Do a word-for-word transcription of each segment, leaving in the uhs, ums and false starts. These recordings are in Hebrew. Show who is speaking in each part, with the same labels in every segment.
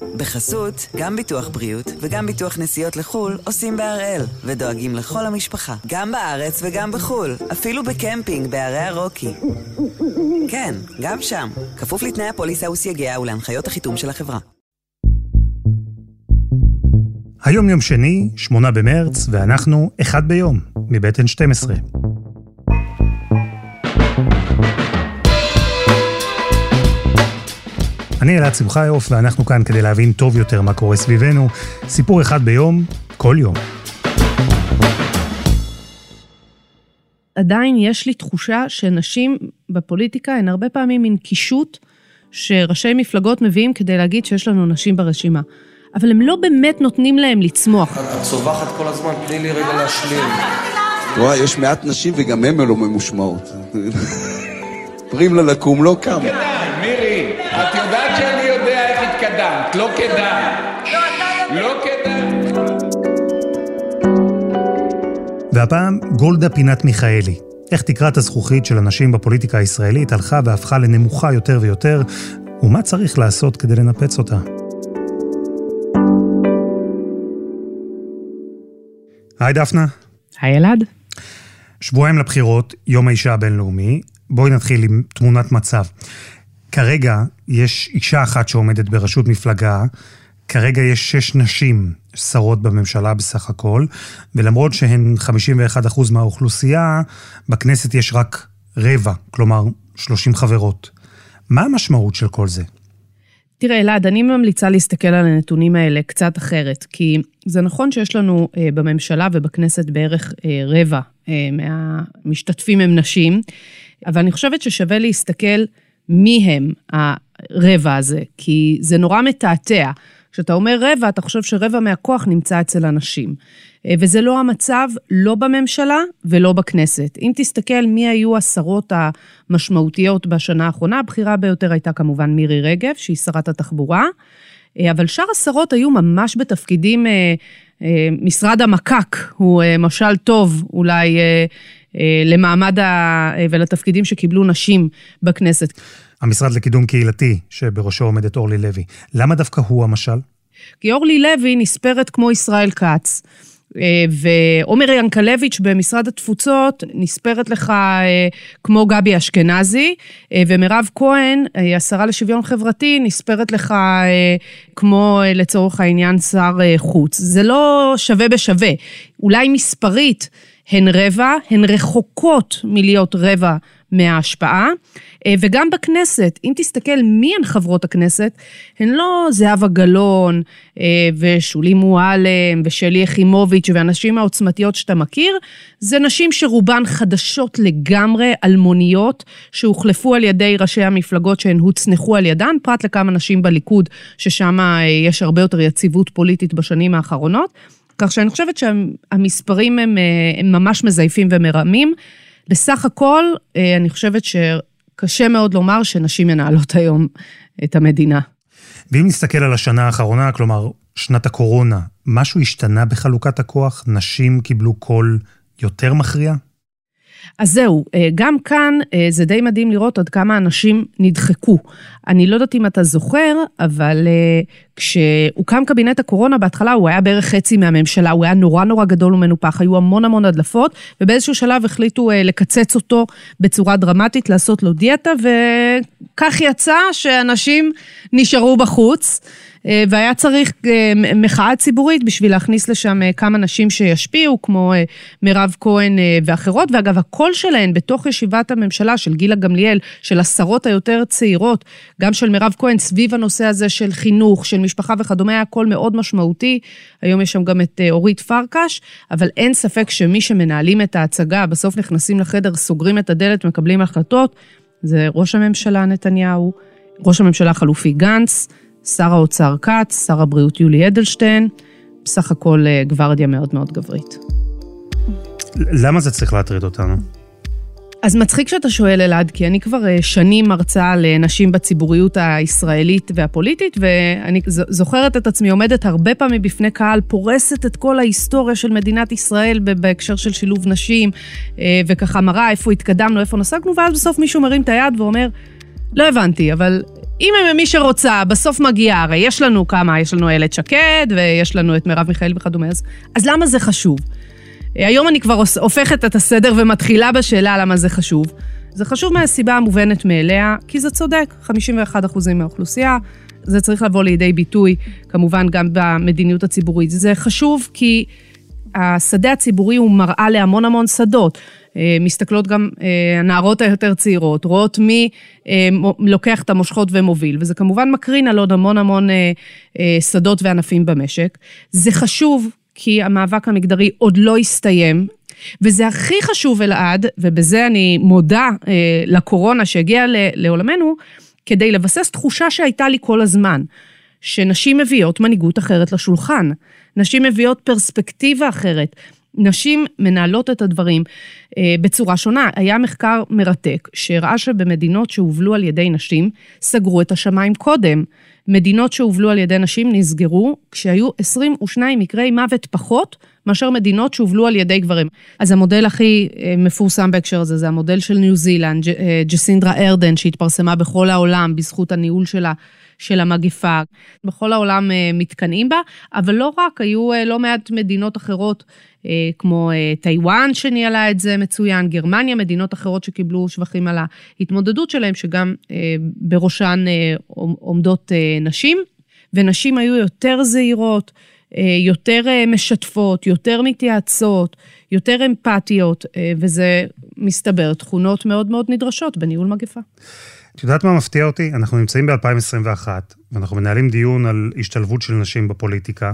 Speaker 1: בחסות, גם ביטוח בריאות וגם ביטוח נסיעות לחול עושים בהראל, ודואגים לכל המשפחה, גם בארץ וגם בחול, אפילו בקמפינג בערי הרוקי. כן, גם שם, כפוף לתנאי הפוליסה וסייגיה ולהנחיות החיתום של החברה.
Speaker 2: היום יום שני, שמונה במרץ, ואנחנו אחד ביום, מבית אן שתים עשרה. אני אלעד שמחיוף, ואנחנו כאן כדי להבין טוב יותר מה קורה סביבנו. סיפור אחד ביום, כל יום.
Speaker 3: עדיין יש לי תחושה שנשים בפוליטיקה הן הרבה פעמים מין קישוט שראשי מפלגות מביאים כדי להגיד שיש לנו נשים ברשימה. אבל הם לא באמת נותנים להם לצמוח.
Speaker 4: את צובחת כל הזמן, תני לי רגע להשלים.
Speaker 5: וואי, יש מעט נשים וגם הם לא ממושמעות. פרים לה לקום, לא קם.
Speaker 6: מירי, את יודעת שאני יודע איך התקדמת, לא כדאי. לא כדאי.
Speaker 2: והפעם גולדה פינת מיכאלי. איך תקרת הזכוכית של אנשים בפוליטיקה הישראלית הלכה והפכה לנמוכה יותר ויותר, ומה צריך לעשות כדי לנפץ אותה? היי דפנה.
Speaker 3: היי אלעד.
Speaker 2: שבועיים לבחירות, יום האישה הבינלאומי. בואי נתחיל עם תמונת מצב. כרגע יש אישה אחת שעומדת בראשות מפלגה, כרגע יש שש נשים שרות בממשלה בסך הכל, ולמרות שהן חמישים ואחד אחוז מהאוכלוסייה, בכנסת יש רק רבע, כלומר שלושים חברות. מה המשמעות של כל זה?
Speaker 3: תראה אלעד, אני ממליצה להסתכל על הנתונים האלה קצת אחרת, כי זה נכון שיש לנו אה, בממשלה ובכנסת בערך אה, רבע אה, מהמשתתפים הם נשים, אבל אני חושבת ששווה להסתכל מי הם הרבע הזה, כי זה נורא מתעתע. כשאתה אומר רבע, אתה חושב שרבע מהכוח נמצא אצל אנשים. וזה לא המצב, לא בממשלה ולא בכנסת. אם תסתכל מי היו השרות המשמעותיות בשנה האחרונה, הבחירה ביותר הייתה כמובן מירי רגב, שהיא שרת התחבורה, אבל שאר השרות היו ממש בתפקידים, משרד המקק הוא משל טוב אולי למעמד ולתפקידים שקיבלו נשים בכנסת.
Speaker 2: המשרד לקידום קהילתי, שבראשו עומדת אורלי לוי. למה דווקא הוא המשל?
Speaker 3: כי אורלי לוי נספרת כמו ישראל כץ, ועומר ינקלביץ' במשרד התפוצות נספרת לך כמו גבי אשכנזי, ומירב כהן, השרה לשוויון חברתי, נספרת לך כמו לצורך העניין שר חוץ. זה לא שווה בשווה. אולי מספרית הן רבע, הן רחוקות מלהיות רבע מההשפעה, וגם בכנסת, אם תסתכל מי הן חברות הכנסת, הן לא זהבה גלאון, ושולי מועלם, ושלי יחימוביץ', ואנשים העוצמתיות שאתה מכיר, זה נשים שרובן חדשות לגמרי, אלמוניות, שהוחלפו על ידי ראשי המפלגות שהן הוצנחו על ידן, פרט לכמה נשים בליכוד, ששם יש הרבה יותר יציבות פוליטית בשנים האחרונות, כך שאני חושבת שהמספרים הם, הם ממש מזייפים ומרמים. בסך הכל, אני חושבת שקשה מאוד לומר שנשים מנהלות היום את המדינה.
Speaker 2: ואם נסתכל על השנה האחרונה, כלומר שנת הקורונה, משהו השתנה בחלוקת הכוח? נשים קיבלו קול יותר מכריע?
Speaker 3: אז זהו, גם כאן זה די מדהים לראות עד כמה אנשים נדחקו. אני לא יודעת אם אתה זוכר, אבל כשהוקם קבינט הקורונה בהתחלה, הוא היה בערך חצי מהממשלה, הוא היה נורא נורא גדול ומנופח, היו המון המון הדלפות, ובאיזשהו שלב החליטו לקצץ אותו בצורה דרמטית, לעשות לו דיאטה, וכך יצא שאנשים נשארו בחוץ, והיה צריך מחאה ציבורית בשביל להכניס לשם כמה נשים שישפיעו, כמו מירב כהן ואחרות, ואגב, הקול שלהן בתוך ישיבת הממשלה של גילה גמליאל, של השרות היותר צעירות, גם של מירב כהן, סביב הנושא הזה של חינוך, של משפחה וכדומה, היה קול מאוד משמעותי, היום יש שם גם את אורית פרקש, אבל אין ספק שמי שמנהלים את ההצגה, בסוף נכנסים לחדר, סוגרים את הדלת, מקבלים החלטות, זה ראש הממשלה נתניהו, ראש הממשלה חלופי גנץ, שר האוצר כץ, שר הבריאות יולי אדלשטיין, בסך הכל גוורדיה מאוד מאוד גברית.
Speaker 2: למה זה צריך להטריד אותנו?
Speaker 3: אז מצחיק שאתה שואל אלעד, כי אני כבר שנים מרצה לנשים בציבוריות הישראלית והפוליטית, ואני זוכרת את עצמי עומדת הרבה פעמים בפני קהל, פורסת את כל ההיסטוריה של מדינת ישראל בהקשר של שילוב נשים, וככה מראה איפה התקדמנו, איפה נסקנו, ואז בסוף מישהו מרים את היד ואומר, לא הבנתי, אבל אם מי שרוצה, בסוף מגיע, הרי יש לנו כמה, יש לנו איילת שקד, ויש לנו את מרב מיכאלי וכדומה, אז, אז למה זה חשוב? היום אני כבר הופכת את הסדר ומתחילה בשאלה למה זה חשוב. זה חשוב מהסיבה המובנת מאליה, כי זה צודק, חמישים ואחד אחוזים מהאוכלוסייה, זה צריך לבוא לידי ביטוי, כמובן גם במדיניות הציבורית. זה חשוב כי השדה הציבורי הוא מראה להמון המון שדות. מסתכלות גם הנערות היותר צעירות, רואות מי לוקח את המושכות ומוביל, וזה כמובן מקרין על עוד המון המון שדות וענפים במשק. זה חשוב כי המאבק המגדרי עוד לא הסתיים, וזה הכי חשוב אלעד, ובזה אני מודה לקורונה שהגיעה לעולמנו, כדי לבסס תחושה שהייתה לי כל הזמן, שנשים מביאות מנהיגות אחרת לשולחן, נשים מביאות פרספקטיבה אחרת, נשים מנהלות את הדברים אה, בצורה שונה. היה מחקר מרתק שהראה שבמדינות שהובלו על ידי נשים, סגרו את השמיים קודם. מדינות שהובלו על ידי נשים נסגרו כשהיו עשרים ושניים מקרי מוות פחות, מאשר מדינות שהובלו על ידי גברים. אז המודל הכי מפורסם בהקשר הזה, זה המודל של ניו זילנד, ג'סינדרה ארדן, שהתפרסמה בכל העולם בזכות הניהול שלה, של המגפה. בכל העולם מתקנאים בה, אבל לא רק, היו לא מעט מדינות אחרות, כמו טיואן שניהלה את זה מצוין, גרמניה, מדינות אחרות שקיבלו שבחים על ההתמודדות שלהם, שגם בראשן עומדות נשים, ונשים היו יותר זהירות, יותר משתפות, יותר מתייעצות, יותר אמפתיות, וזה מסתבר תכונות מאוד מאוד נדרשות בניהול מגפה.
Speaker 2: את יודעת מה מפתיע אותי? אנחנו נמצאים ב-אלפיים עשרים ואחת, ואנחנו מנהלים דיון על השתלבות של נשים בפוליטיקה,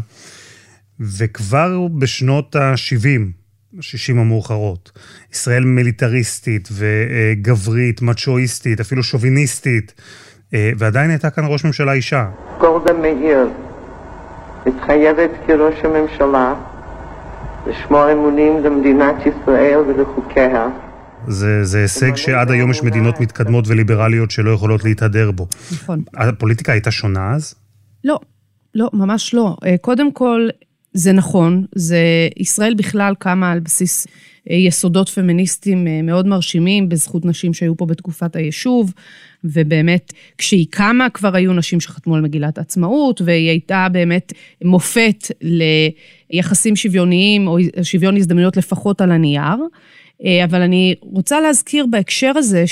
Speaker 2: וכבר בשנות ה-שבעים, ה-שישים המאוחרות, ישראל מיליטריסטית וגברית, מצ'ואיסטית, אפילו שוביניסטית, ועדיין הייתה כאן ראש ממשלה אישה.
Speaker 7: גולדה מאיר מתחייבת כראש הממשלה לשמור אמונים למדינת ישראל ולחוקיה.
Speaker 2: זה, זה הישג שעד היום יש מדינות מתקדמות וליברליות שלא יכולות להתהדר בו.
Speaker 3: נכון.
Speaker 2: הפוליטיקה הייתה שונה אז?
Speaker 3: לא, לא, ממש לא. קודם כל, זה נכון, זה ישראל בכלל קמה על בסיס יסודות פמיניסטיים מאוד מרשימים, בזכות נשים שהיו פה בתקופת היישוב, ובאמת כשהיא קמה כבר היו נשים שחתמו על מגילת העצמאות, והיא הייתה באמת מופת ליחסים שוויוניים, או שוויון הזדמנויות לפחות על הנייר, אבל אני רוצה להזכיר בהקשר הזה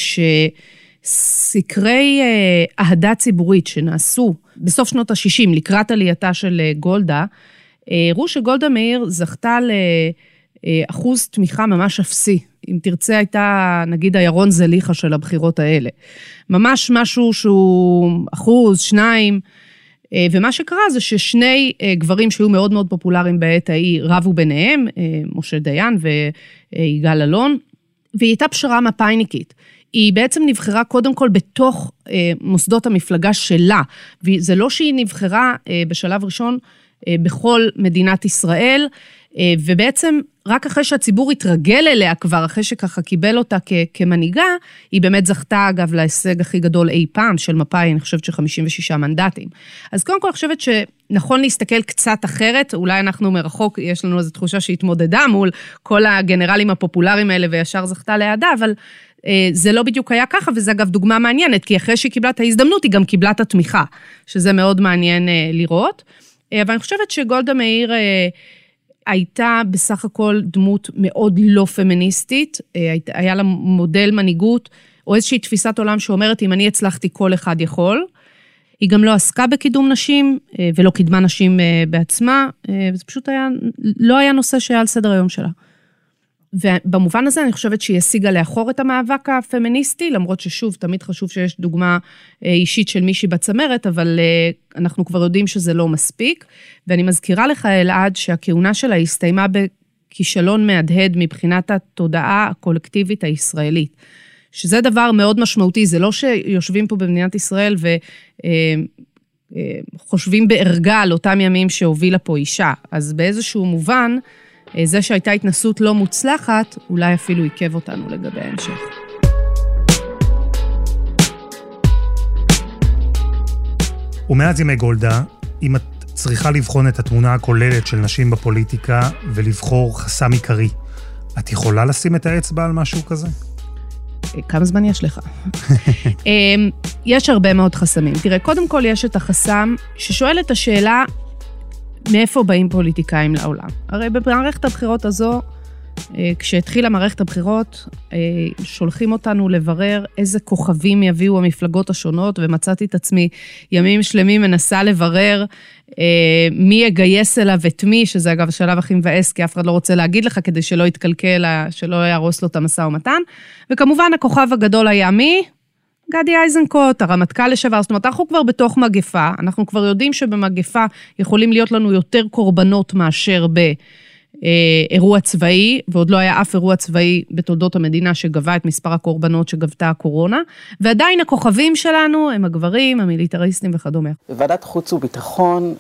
Speaker 3: שסקרי אהדה ציבורית שנעשו בסוף שנות ה-שישים, לקראת עלייתה של גולדה, הראו שגולדה מאיר זכתה לאחוז תמיכה ממש אפסי. אם תרצה הייתה, נגיד, הירון זליחה של הבחירות האלה. ממש משהו שהוא אחוז, שניים, ומה שקרה זה ששני גברים שהיו מאוד מאוד פופולריים בעת ההיא רבו ביניהם, משה דיין ויגאל אלון, והיא הייתה פשרה מפאיניקית. היא בעצם נבחרה קודם כל בתוך מוסדות המפלגה שלה, וזה לא שהיא נבחרה בשלב ראשון בכל מדינת ישראל, ובעצם רק אחרי שהציבור התרגל אליה כבר, אחרי שככה קיבל אותה כ- כמנהיגה, היא באמת זכתה אגב להישג הכי גדול אי פעם של מפא"י, אני חושבת ש-חמישים ושישה מנדטים. אז קודם כל אני חושבת שנכון להסתכל קצת אחרת, אולי אנחנו מרחוק, יש לנו איזו תחושה שהתמודדה מול כל הגנרלים הפופולריים האלה, וישר זכתה לידה, אבל אה, זה לא בדיוק היה ככה, וזה אגב דוגמה מעניינת, כי אחרי שהיא קיבלה את ההזדמנות, היא גם קיבלה את התמיכה, שזה מאוד מעניין אה, לראות. אה, אבל אני חושבת שגולדה מאיר אה, הייתה בסך הכל דמות מאוד לא פמיניסטית, היה לה מודל מנהיגות, או איזושהי תפיסת עולם שאומרת, אם אני הצלחתי, כל אחד יכול. היא גם לא עסקה בקידום נשים, ולא קידמה נשים בעצמה, וזה פשוט היה, לא היה נושא שהיה על סדר היום שלה. ובמובן הזה אני חושבת שהיא השיגה לאחור את המאבק הפמיניסטי, למרות ששוב, תמיד חשוב שיש דוגמה אישית של מישהי בצמרת, אבל אנחנו כבר יודעים שזה לא מספיק, ואני מזכירה לך, אלעד, שהכהונה שלה הסתיימה בכישלון מהדהד מבחינת התודעה הקולקטיבית הישראלית, שזה דבר מאוד משמעותי, זה לא שיושבים פה במדינת ישראל וחושבים בערגה על אותם ימים שהובילה פה אישה, אז באיזשהו מובן, זה שהייתה התנסות לא מוצלחת, אולי אפילו עיכב אותנו לגבי ההמשך.
Speaker 2: ומאז ימי גולדה, אם את צריכה לבחון את התמונה הכוללת של נשים בפוליטיקה ולבחור חסם עיקרי, את יכולה לשים את האצבע על משהו כזה?
Speaker 3: כמה זמן יש לך? יש הרבה מאוד חסמים. תראה, קודם כל יש את החסם ששואל את השאלה, מאיפה באים פוליטיקאים לעולם? הרי במערכת הבחירות הזו, כשהתחילה מערכת הבחירות, שולחים אותנו לברר איזה כוכבים יביאו המפלגות השונות, ומצאתי את עצמי ימים שלמים מנסה לברר מי יגייס אליו את מי, שזה אגב השלב הכי מבאס, כי אף אחד לא רוצה להגיד לך, כדי שלא יתקלקל, שלא יהרוס לו את המשא ומתן. וכמובן הכוכב הגדול היה מי? גדי איזנקוט, הרמטכ"ל לשעבר. זאת אומרת, אנחנו כבר בתוך מגפה, אנחנו כבר יודעים שבמגפה יכולים להיות לנו יותר קורבנות מאשר ב... אירוע צבאי, ועוד לא היה אף אירוע צבאי בתולדות המדינה שגבה את מספר הקורבנות שגבתה הקורונה, ועדיין הכוכבים שלנו הם הגברים, המיליטריסטים וכדומה.
Speaker 8: בוועדת חוץ וביטחון,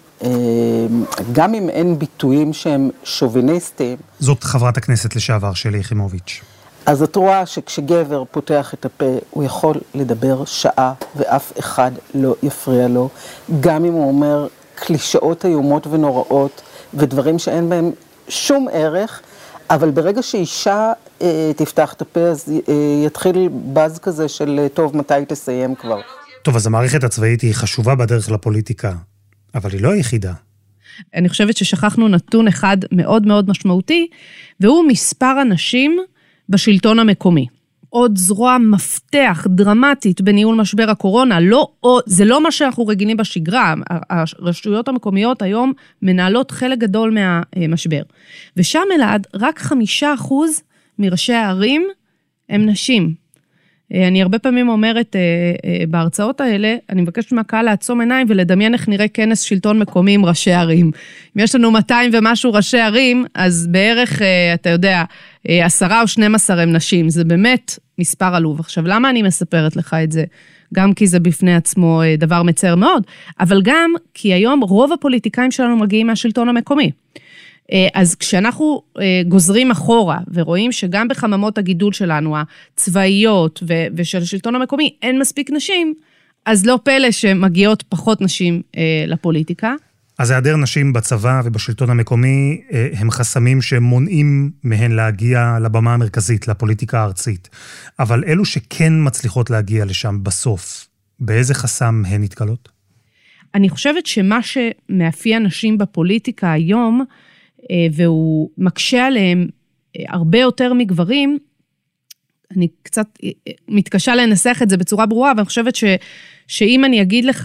Speaker 8: גם אם אין ביטויים שהם שוביניסטים...
Speaker 2: זאת חברת הכנסת לשעבר שלי יחימוביץ'.
Speaker 8: אז את רואה שכשגבר פותח את הפה, הוא יכול לדבר שעה, ואף אחד לא יפריע לו, גם אם הוא אומר קלישאות איומות ונוראות, ודברים שאין בהם שום ערך, אבל ברגע שאישה אה, תפתח את הפה, אז אה, יתחיל בז כזה של טוב, מתי תסיים כבר.
Speaker 2: טוב, אז המערכת הצבאית היא חשובה בדרך לפוליטיקה, אבל היא לא היחידה.
Speaker 3: אני חושבת ששכחנו נתון אחד מאוד מאוד משמעותי, והוא מספר הנשים בשלטון המקומי. עוד זרוע מפתח דרמטית בניהול משבר הקורונה, לא, זה לא מה שאנחנו רגילים בשגרה, הרשויות המקומיות היום מנהלות חלק גדול מהמשבר. ושם אלעד, רק חמישה אחוז מראשי הערים הם נשים. אני הרבה פעמים אומרת בהרצאות האלה, אני מבקשת מהקהל לעצום עיניים ולדמיין איך נראה כנס שלטון מקומי עם ראשי ערים. אם יש לנו מאתיים ומשהו ראשי ערים, אז בערך, אתה יודע, עשרה או שנים עשר הם נשים. זה באמת מספר עלוב. עכשיו, למה אני מספרת לך את זה? גם כי זה בפני עצמו דבר מצער מאוד, אבל גם כי היום רוב הפוליטיקאים שלנו מגיעים מהשלטון המקומי. אז כשאנחנו גוזרים אחורה ורואים שגם בחממות הגידול שלנו, הצבאיות ושל השלטון המקומי, אין מספיק נשים, אז לא פלא שמגיעות פחות נשים לפוליטיקה.
Speaker 2: אז היעדר נשים בצבא ובשלטון המקומי הם חסמים שמונעים מהן להגיע לבמה המרכזית, לפוליטיקה הארצית. אבל אלו שכן מצליחות להגיע לשם בסוף, באיזה חסם הן נתקלות?
Speaker 3: אני חושבת שמה שמאפיין נשים בפוליטיקה היום, והוא מקשה עליהם הרבה יותר מגברים, אני קצת מתקשה לנסח את זה בצורה ברורה, אבל אני חושבת ש, שאם אני אגיד לך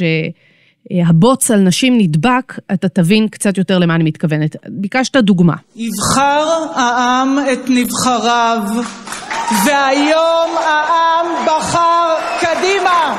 Speaker 3: שהבוץ על נשים נדבק, אתה תבין קצת יותר למה אני מתכוונת. ביקשת דוגמה.
Speaker 9: יבחר העם את נבחריו, והיום העם בחר קדימה.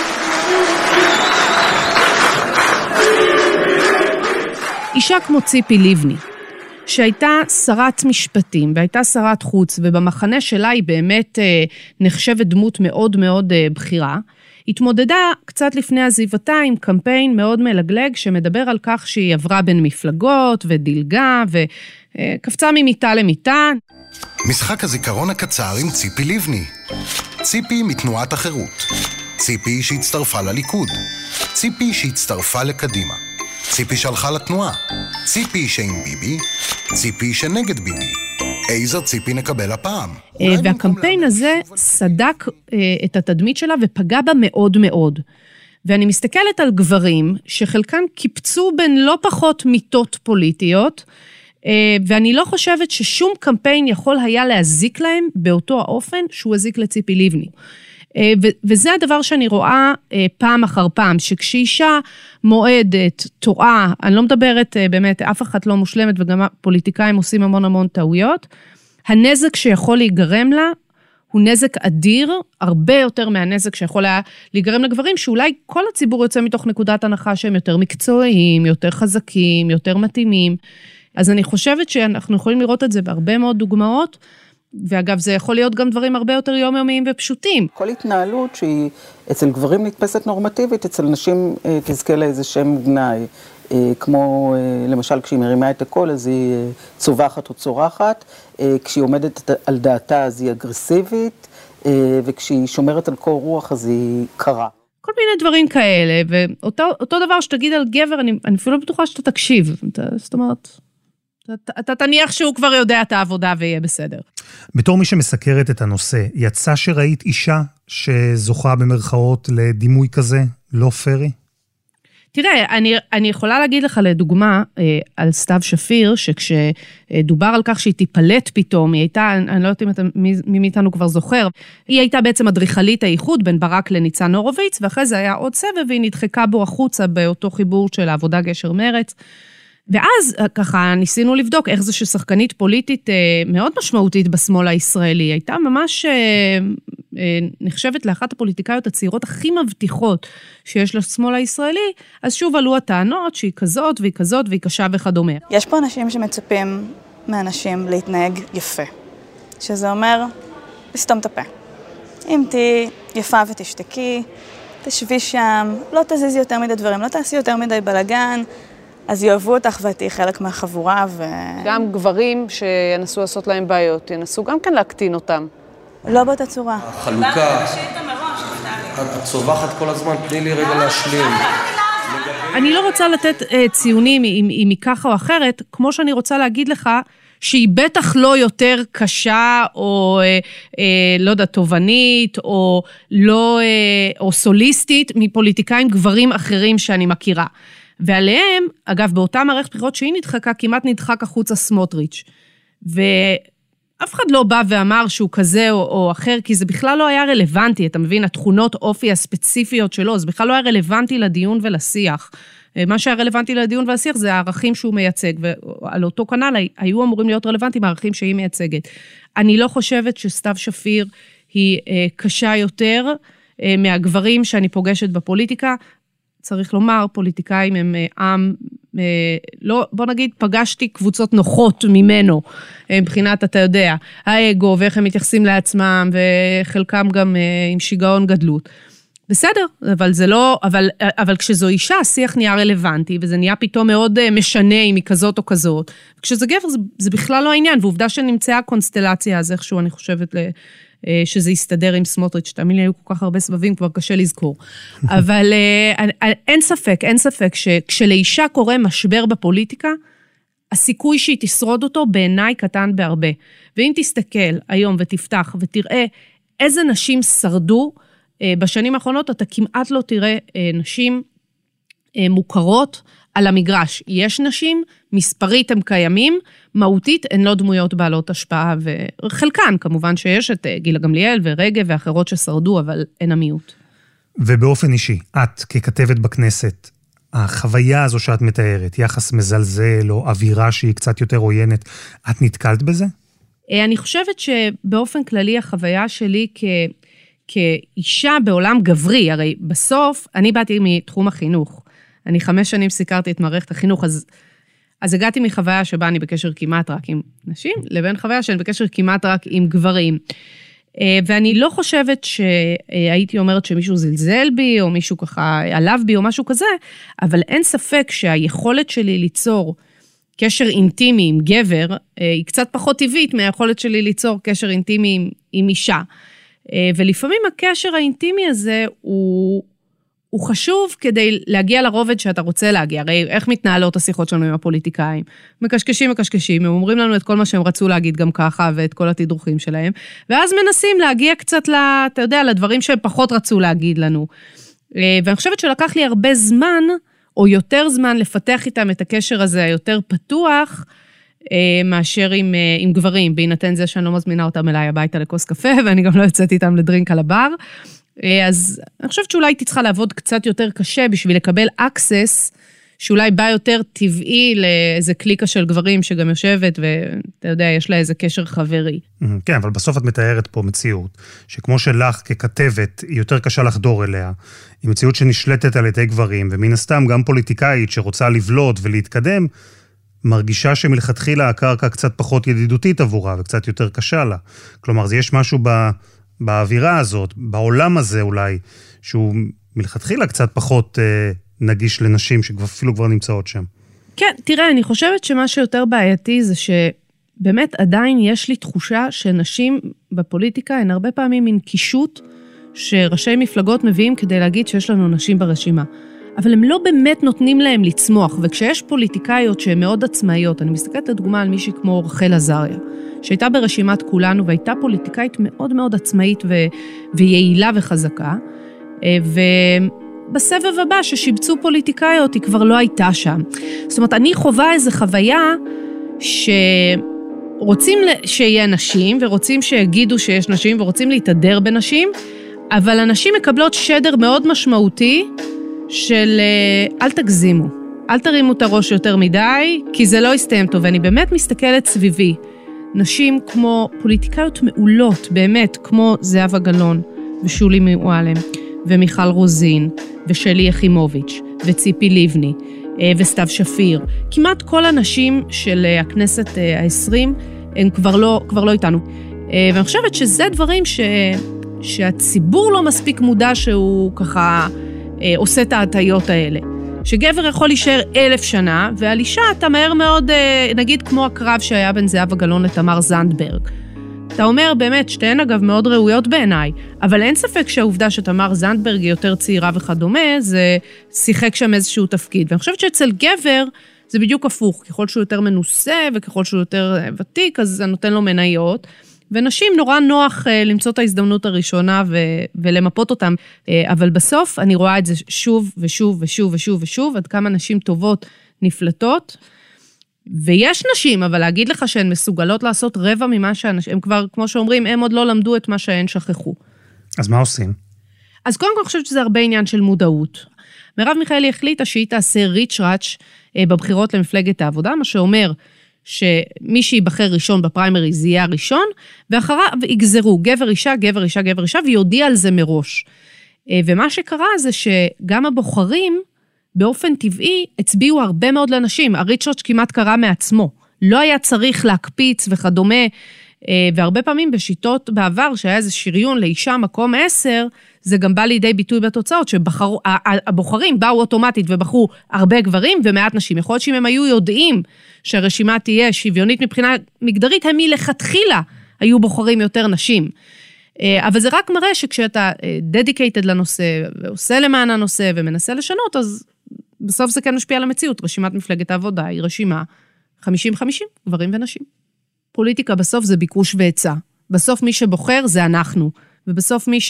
Speaker 3: אישה כמו ציפי לבני, שהייתה שרת משפטים, והייתה שרת חוץ, ובמחנה שלה היא באמת אה, נחשבת דמות מאוד מאוד אה, בחירה, התמודדה קצת לפני עזיבתה עם קמפיין מאוד מלגלג, שמדבר על כך שהיא עברה בין מפלגות ודילגה, וקפצה ממיטה למיטה.
Speaker 10: משחק הזיכרון הקצר עם ציפי לבני. ציפי מתנועת החירות. ציפי שהצטרפה לליכוד. ציפי שהצטרפה לקדימה. ציפי שהלכה לתנועה, ציפי שעם ביבי, ציפי שנגד ביבי. איזו ציפי נקבל הפעם?
Speaker 3: והקמפיין הזה סדק את התדמית שלה ופגע בה מאוד מאוד. ואני מסתכלת על גברים שחלקם קיפצו בין לא פחות מיטות פוליטיות, ואני לא חושבת ששום קמפיין יכול היה להזיק להם באותו האופן שהוא הזיק לציפי לבני. וזה הדבר שאני רואה פעם אחר פעם, שכשאישה מועדת, טועה, אני לא מדברת באמת, אף אחד לא מושלמת, וגם הפוליטיקאים עושים המון המון טעויות, הנזק שיכול להיגרם לה, הוא נזק אדיר, הרבה יותר מהנזק שיכול היה להיגרם לגברים, שאולי כל הציבור יוצא מתוך נקודת הנחה שהם יותר מקצועיים, יותר חזקים, יותר מתאימים. אז אני חושבת שאנחנו יכולים לראות את זה בהרבה מאוד דוגמאות, ואגב, זה יכול להיות גם דברים הרבה יותר יומיומיים ופשוטים.
Speaker 8: כל התנהלות שהיא אצל גברים נתפסת נורמטיבית, אצל נשים תזכה לה איזה שם גנאי, כמו למשל כשהיא מרימה את הקול, אז היא צווחת או צורחת, כשהיא עומדת על דעתה אז היא אגרסיבית, וכשהיא שומרת על קור רוח אז היא קרה.
Speaker 3: כל מיני דברים כאלה, ואותו דבר שתגיד על גבר, אני, אני אפילו לא בטוחה שאתה תקשיב, זאת אומרת... אתה, אתה תניח שהוא כבר יודע את העבודה ויהיה בסדר.
Speaker 2: בתור מי שמסקרת את הנושא, יצא שראית אישה שזוכה במרכאות לדימוי כזה, לא פרי?
Speaker 3: תראה, אני, אני יכולה להגיד לך לדוגמה על סתיו שפיר, שכשדובר על כך שהיא תיפלט פתאום, היא הייתה, אני לא יודעת אם אתה, מי, מי מאיתנו כבר זוכר, היא הייתה בעצם אדריכלית האיחוד בין ברק לניצן הורוביץ, ואחרי זה היה עוד סבב, והיא נדחקה בו החוצה באותו חיבור של העבודה גשר מרץ. ואז ככה ניסינו לבדוק איך זה ששחקנית פוליטית מאוד משמעותית בשמאל הישראלי, הייתה ממש נחשבת לאחת הפוליטיקאיות הצעירות הכי מבטיחות שיש לשמאל הישראלי, אז שוב עלו הטענות שהיא כזאת והיא כזאת והיא קשה וכדומה.
Speaker 11: יש פה אנשים שמצפים מאנשים להתנהג יפה, שזה אומר לסתום את הפה. אם תהי יפה ותשתקי, תשבי שם, לא תזיזי יותר מדי דברים, לא תעשי יותר מדי בלגן, אז יאהבו אותך ותהי חלק מהחבורה ו...
Speaker 12: גם גברים שינסו לעשות להם בעיות, ינסו גם כן להקטין אותם.
Speaker 11: לא באותה צורה.
Speaker 4: החלוקה, את צובחת כל הזמן, תני לי רגע להשלים.
Speaker 3: אני לא רוצה לתת uh, ציונים אם, אם היא ככה או אחרת, כמו שאני רוצה להגיד לך, שהיא בטח לא יותר קשה, או אה, אה, לא יודע, תובנית, או, לא, אה, או סוליסטית, מפוליטיקאים גברים אחרים שאני מכירה. ועליהם, אגב, באותה מערכת בחירות שהיא נדחקה, כמעט נדחק החוצה סמוטריץ'. ואף אחד לא בא ואמר שהוא כזה או, או אחר, כי זה בכלל לא היה רלוונטי, אתה מבין, התכונות אופי הספציפיות שלו, זה בכלל לא היה רלוונטי לדיון ולשיח. מה שהיה רלוונטי לדיון ולשיח זה הערכים שהוא מייצג, ועל אותו קנל היו אמורים להיות רלוונטיים הערכים שהיא מייצגת. אני לא חושבת שסתיו שפיר היא קשה יותר מהגברים שאני פוגשת בפוליטיקה, צריך לומר, פוליטיקאים הם עם, לא, בוא נגיד, פגשתי קבוצות נוחות ממנו, מבחינת, אתה יודע, האגו, ואיך הם מתייחסים לעצמם, וחלקם גם עם שיגעון גדלות. בסדר, אבל זה לא, אבל, אבל כשזו אישה, השיח נהיה רלוונטי, וזה נהיה פתאום מאוד משנה אם היא כזאת או כזאת. כשזה גבר, זה, זה בכלל לא העניין, ועובדה שנמצאה הקונסטלציה, אז איכשהו אני חושבת ל... שזה יסתדר עם סמוטריץ', תאמין לי, היו כל כך הרבה סבבים, כבר קשה לזכור. אבל אין ספק, אין ספק שכשלאישה קורה משבר בפוליטיקה, הסיכוי שהיא תשרוד אותו בעיניי קטן בהרבה. ואם תסתכל היום ותפתח ותראה איזה נשים שרדו בשנים האחרונות, אתה כמעט לא תראה נשים מוכרות על המגרש. יש נשים, מספרית הם קיימים, מהותית הן לא דמויות בעלות השפעה, וחלקן כמובן שיש את גילה גמליאל ורגב ואחרות ששרדו, אבל אין המיעוט.
Speaker 2: ובאופן אישי, את ככתבת בכנסת, החוויה הזו שאת מתארת, יחס מזלזל או אווירה שהיא קצת יותר עוינת, את נתקלת בזה?
Speaker 3: אני חושבת שבאופן כללי החוויה שלי כ... כאישה בעולם גברי, הרי בסוף אני באתי מתחום החינוך, אני חמש שנים סיקרתי את מערכת החינוך, אז, אז הגעתי מחוויה שבה אני בקשר כמעט רק עם נשים, לבין חוויה שאני בקשר כמעט רק עם גברים. ואני לא חושבת שהייתי אומרת שמישהו זלזל בי, או מישהו ככה עליו בי, או משהו כזה, אבל אין ספק שהיכולת שלי ליצור קשר אינטימי עם גבר, היא קצת פחות טבעית מהיכולת שלי ליצור קשר אינטימי עם, עם אישה. ולפעמים הקשר האינטימי הזה הוא, הוא חשוב כדי להגיע לרובד שאתה רוצה להגיע. הרי איך מתנהלות השיחות שלנו עם הפוליטיקאים? מקשקשים, מקשקשים, הם אומרים לנו את כל מה שהם רצו להגיד גם ככה, ואת כל התדרוכים שלהם, ואז מנסים להגיע קצת, לה, אתה יודע, לדברים שהם פחות רצו להגיד לנו. ואני חושבת שלקח לי הרבה זמן, או יותר זמן, לפתח איתם את הקשר הזה היותר פתוח, מאשר עם, עם גברים, בהינתן זה שאני לא מזמינה אותם אליי הביתה לכוס קפה, ואני גם לא יוצאת איתם לדרינק על הבר. אז אני חושבת שאולי הייתי צריכה לעבוד קצת יותר קשה, בשביל לקבל אקסס, שאולי בא יותר טבעי לאיזה קליקה של גברים שגם יושבת, ואתה יודע, יש לה איזה קשר חברי.
Speaker 2: כן, אבל בסוף את מתארת פה מציאות, שכמו שלך ככתבת, היא יותר קשה לחדור אליה, היא מציאות שנשלטת על ידי גברים, ומן הסתם גם פוליטיקאית שרוצה לבלוט ולהתקדם, מרגישה שמלכתחילה הקרקע קצת פחות ידידותית עבורה, וקצת יותר קשה לה. כלומר, זה יש משהו ב, באווירה הזאת, בעולם הזה אולי, שהוא מלכתחילה קצת פחות אה, נגיש לנשים, שאפילו כבר נמצאות שם.
Speaker 3: כן, תראה, אני חושבת שמה שיותר בעייתי זה שבאמת עדיין יש לי תחושה שנשים בפוליטיקה הן הרבה פעמים מין קישוט שראשי מפלגות מביאים כדי להגיד שיש לנו נשים ברשימה. אבל הם לא באמת נותנים להם לצמוח, וכשיש פוליטיקאיות שהן מאוד עצמאיות, אני מסתכלת לדוגמה על מישהי כמו רחל עזריה, שהייתה ברשימת כולנו, והייתה פוליטיקאית מאוד מאוד עצמאית ו... ויעילה וחזקה, ובסבב הבא ששיבצו פוליטיקאיות, היא כבר לא הייתה שם. זאת אומרת, אני חווה איזו חוויה שרוצים שיהיה נשים, ורוצים שיגידו שיש נשים, ורוצים להתהדר בנשים, אבל הנשים מקבלות שדר מאוד משמעותי של אל תגזימו, אל תרימו את הראש יותר מדי, כי זה לא יסתיים טוב. ואני באמת מסתכלת סביבי, נשים כמו פוליטיקאיות מעולות, באמת, כמו זהבה גלאון ושולי מועלם, ומיכל רוזין, ושלי יחימוביץ', וציפי לבני, וסתיו שפיר. כמעט כל הנשים של הכנסת העשרים, הן כבר לא, כבר לא איתנו. ואני חושבת שזה דברים ש... שהציבור לא מספיק מודע שהוא ככה אה, עושה את ההטיות האלה. שגבר יכול להישאר אלף שנה, ועל אישה אתה מהר מאוד, אה, נגיד כמו הקרב שהיה בין זהבה גלאון לתמר זנדברג. אתה אומר באמת, שתיהן אגב מאוד ראויות בעיניי, אבל אין ספק שהעובדה שתמר זנדברג היא יותר צעירה וכדומה, זה שיחק שם איזשהו תפקיד. ואני חושבת שאצל גבר זה בדיוק הפוך, ככל שהוא יותר מנוסה וככל שהוא יותר ותיק, אז זה נותן לו מניות. ונשים נורא נוח למצוא את ההזדמנות הראשונה ו- ולמפות אותם, אבל בסוף אני רואה את זה שוב ושוב ושוב ושוב ושוב, עד כמה נשים טובות נפלטות, ויש נשים, אבל להגיד לך שהן מסוגלות לעשות רבע ממה שהנשים, הם כבר, כמו שאומרים, הם עוד לא למדו את מה שהן שכחו.
Speaker 2: אז מה עושים?
Speaker 3: אז קודם כל אני חושבת שזה הרבה עניין של מודעות. מרב מיכאלי החליטה שהיא תעשה ריץ'-ראץ' בבחירות למפלגת העבודה, מה שאומר שמי שיבחר ראשון בפריימריז יהיה הראשון, ואחריו יגזרו גבר אישה, גבר אישה, גבר אישה, ויודיע על זה מראש. ומה שקרה זה שגם הבוחרים, באופן טבעי, הצביעו הרבה מאוד לנשים. הריץ'-ראץ' כמעט קרה מעצמו. לא היה צריך להקפיץ וכדומה, והרבה פעמים בשיטות בעבר, שהיה איזה שריון לאישה מקום עשר, זה גם בא לידי ביטוי בתוצאות, שהבוחרים באו אוטומטית ובחרו הרבה גברים ומעט נשים. יכול להיות שאם הם היו יודעים שהרשימה תהיה שוויונית מבחינה מגדרית, הם מלכתחילה היו בוחרים יותר נשים. אבל זה רק מראה שכשאתה dedicated לנושא, ועושה למען הנושא ומנסה לשנות, אז בסוף זה כן משפיע על המציאות. רשימת מפלגת העבודה היא רשימה חמישים חמישים, גברים ונשים. פוליטיקה בסוף זה ביקוש והיצע. בסוף מי שבוחר זה אנחנו. ובסוף מי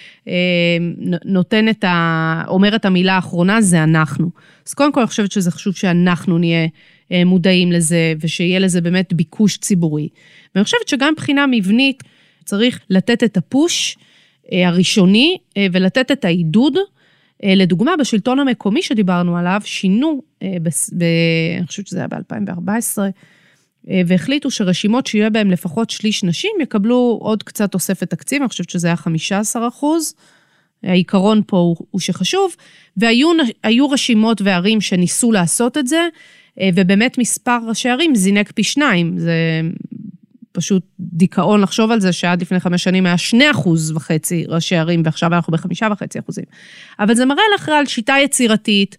Speaker 3: שנותן את ה... אומר את המילה האחרונה זה אנחנו. אז קודם כל אני חושבת שזה חשוב שאנחנו נהיה מודעים לזה, ושיהיה לזה באמת ביקוש ציבורי. ואני חושבת שגם מבחינה מבנית צריך לתת את הפוש הראשוני, ולתת את העידוד. לדוגמה, בשלטון המקומי שדיברנו עליו, שינו, ב... ב... אני חושבת שזה היה ב-אלפיים וארבע עשרה, והחליטו שרשימות שיהיה בהם לפחות שליש נשים, יקבלו עוד קצת תוספת תקציב, אני חושבת שזה היה חמישה עשר אחוז, העיקרון פה הוא, הוא שחשוב, והיו רשימות וערים שניסו לעשות את זה, ובאמת מספר ראשי ערים זינק פי שניים, זה פשוט דיכאון לחשוב על זה, שעד לפני חמש שנים היה שני אחוז וחצי ראשי ערים, ועכשיו אנחנו בחמישה וחצי אחוזים. אבל זה מראה לך על שיטה יצירתית,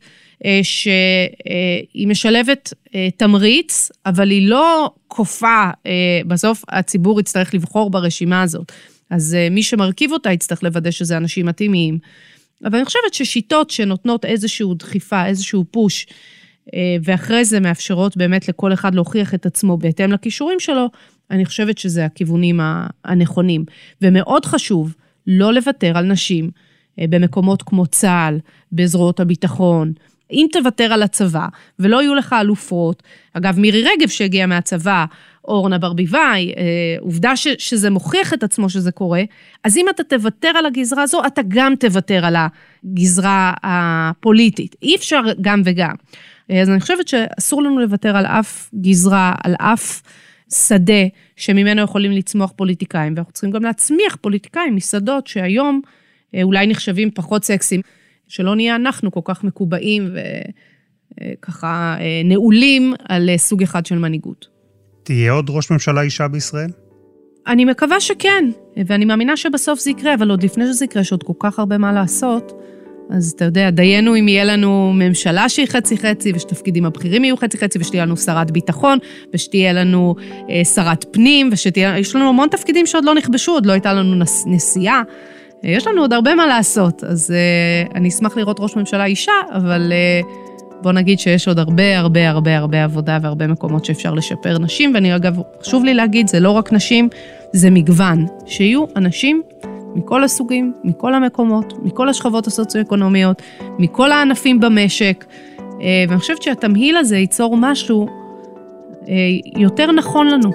Speaker 3: שהיא משלבת תמריץ, אבל היא לא כופה, בסוף הציבור יצטרך לבחור ברשימה הזאת. אז מי שמרכיב אותה יצטרך לוודא שזה אנשים מתאימים. אבל אני חושבת ששיטות שנותנות איזשהו דחיפה, איזשהו פוש, ואחרי זה מאפשרות באמת לכל אחד להוכיח את עצמו בהתאם לכישורים שלו, אני חושבת שזה הכיוונים הנכונים. ומאוד חשוב לא לוותר על נשים במקומות כמו צה"ל, בזרועות הביטחון, אם תוותר על הצבא, ולא יהיו לך אלופות, אגב, מירי רגב שהגיעה מהצבא, אורנה ברביבאי, עובדה ש, שזה מוכיח את עצמו שזה קורה, אז אם אתה תוותר על הגזרה הזו, אתה גם תוותר על הגזרה הפוליטית. אי אפשר גם וגם. אז אני חושבת שאסור לנו לוותר על אף גזרה, על אף שדה, שממנו יכולים לצמוח פוליטיקאים, ואנחנו צריכים גם להצמיח פוליטיקאים משדות שהיום אולי נחשבים פחות סקסיים, שלא נהיה אנחנו כל כך מקובעים וככה נעולים על סוג אחד של מנהיגות.
Speaker 2: תהיה עוד ראש ממשלה אישה בישראל?
Speaker 3: אני מקווה שכן, ואני מאמינה שבסוף זה יקרה, אבל עוד לפני שזה יקרה, שעוד כל כך הרבה מה לעשות, אז אתה יודע, דיינו אם יהיה לנו ממשלה שהיא חצי-חצי, ושתפקידים הבכירים יהיו חצי-חצי, ושתהיה לנו שרת ביטחון, ושתהיה לנו אה, שרת פנים, ויש לנו המון תפקידים שעוד לא נכבשו, עוד לא הייתה לנו נס, נסיעה, יש לנו עוד הרבה מה לעשות, אז uh, אני אשמח לראות ראש ממשלה אישה, אבל uh, בוא נגיד שיש עוד הרבה הרבה הרבה הרבה עבודה והרבה מקומות שאפשר לשפר נשים, ואני אגב, חשוב לי להגיד, זה לא רק נשים, זה מגוון, שיהיו אנשים מכל הסוגים, מכל המקומות, מכל השכבות הסוציו-אקונומיות, מכל הענפים במשק, uh, ואני חושבת שהתמהיל הזה ייצור משהו uh, יותר נכון לנו.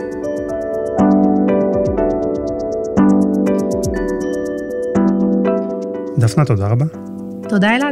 Speaker 2: דפנה, תודה רבה.
Speaker 3: תודה אלעד.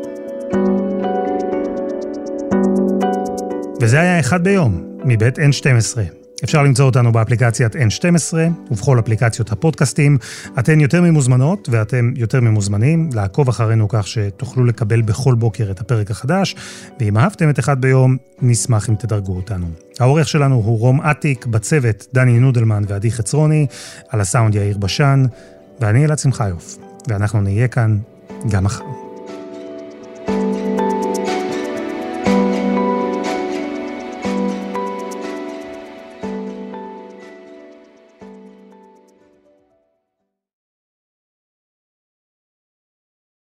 Speaker 2: וזה היה אחד ביום, מבית אן שתים עשרה. אפשר למצוא אותנו באפליקציית אן שתים עשרה, ובכל אפליקציות הפודקאסטים. אתן יותר ממוזמנות, ואתם יותר ממוזמנים, לעקוב אחרינו כך שתוכלו לקבל בכל בוקר את הפרק החדש, ואם אהבתם את אחד ביום, נשמח אם תדרגו אותנו. העורך שלנו הוא רום עתיק, בצוות דני נודלמן ועדי חצרוני, על הסאונד יאיר בשן, ואני אלעד שמחיוף. ואנחנו נהיה כאן גם מחר.